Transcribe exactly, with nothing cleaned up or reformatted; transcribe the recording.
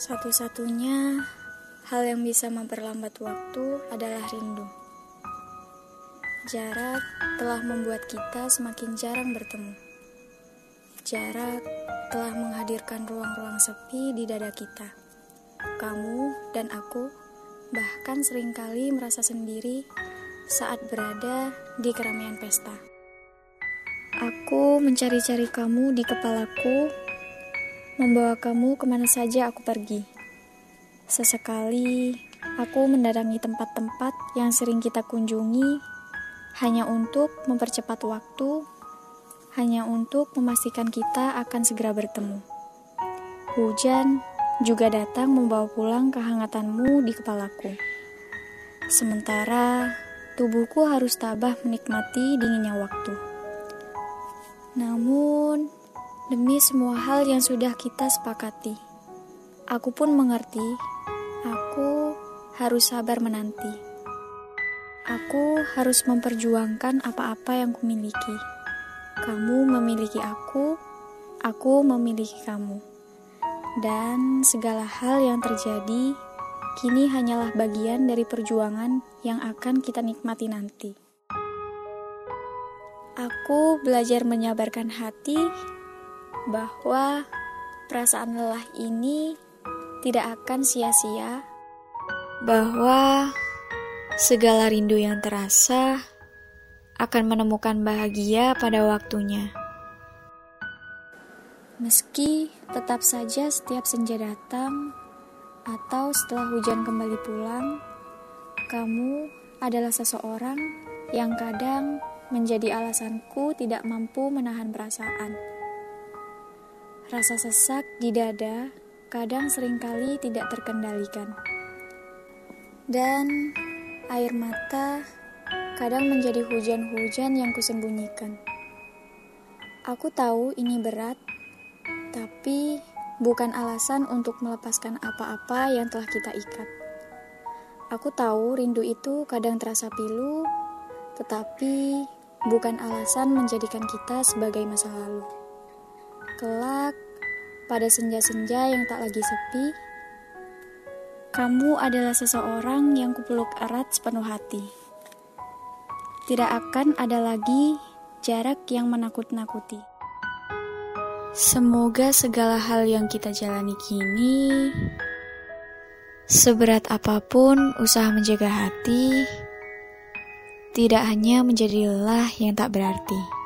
Satu-satunya hal yang bisa memperlambat waktu adalah rindu. Jarak telah membuat kita semakin jarang bertemu. Jarak telah menghadirkan ruang-ruang sepi di dada kita. Kamu dan aku bahkan seringkali merasa sendiri saat berada di keramaian pesta. Aku mencari-cari kamu di kepalaku, membawa kamu kemana saja aku pergi. Sesekali, aku mendatangi tempat-tempat yang sering kita kunjungi, hanya untuk mempercepat waktu, hanya untuk memastikan kita akan segera bertemu. Hujan juga datang membawa pulang kehangatanmu di kepalaku. Sementara, tubuhku harus tabah menikmati dinginnya waktu. Namun, demi semua hal yang sudah kita sepakati, aku pun mengerti, aku harus sabar menanti. Aku harus memperjuangkan apa-apa yang kumiliki. Kamu memiliki aku, aku memiliki kamu. Dan segala hal yang terjadi, kini hanyalah bagian dari perjuangan yang akan kita nikmati nanti. Aku belajar menyabarkan hati bahwa perasaan lelah ini tidak akan sia-sia, bahwa segala rindu yang terasa akan menemukan bahagia pada waktunya. Meski tetap saja setiap senja datang atau setelah hujan kembali pulang, kamu adalah seseorang yang kadang menjadi alasanku tidak mampu menahan perasaan. Rasa sesak di dada kadang seringkali tidak terkendalikan. Dan air mata kadang menjadi hujan-hujan yang kusembunyikan. Aku tahu ini berat, tapi bukan alasan untuk melepaskan apa-apa yang telah kita ikat. Aku tahu rindu itu kadang terasa pilu, tetapi bukan alasan menjadikan kita sebagai masa lalu. Kelak, pada senja-senja yang tak lagi sepi, kamu adalah seseorang yang kupeluk erat sepenuh hati. Tidak akan ada lagi jarak yang menakut-nakuti. Semoga segala hal yang kita jalani kini, seberat apapun usaha menjaga hati, tidak hanya menjadi lelah yang tak berarti.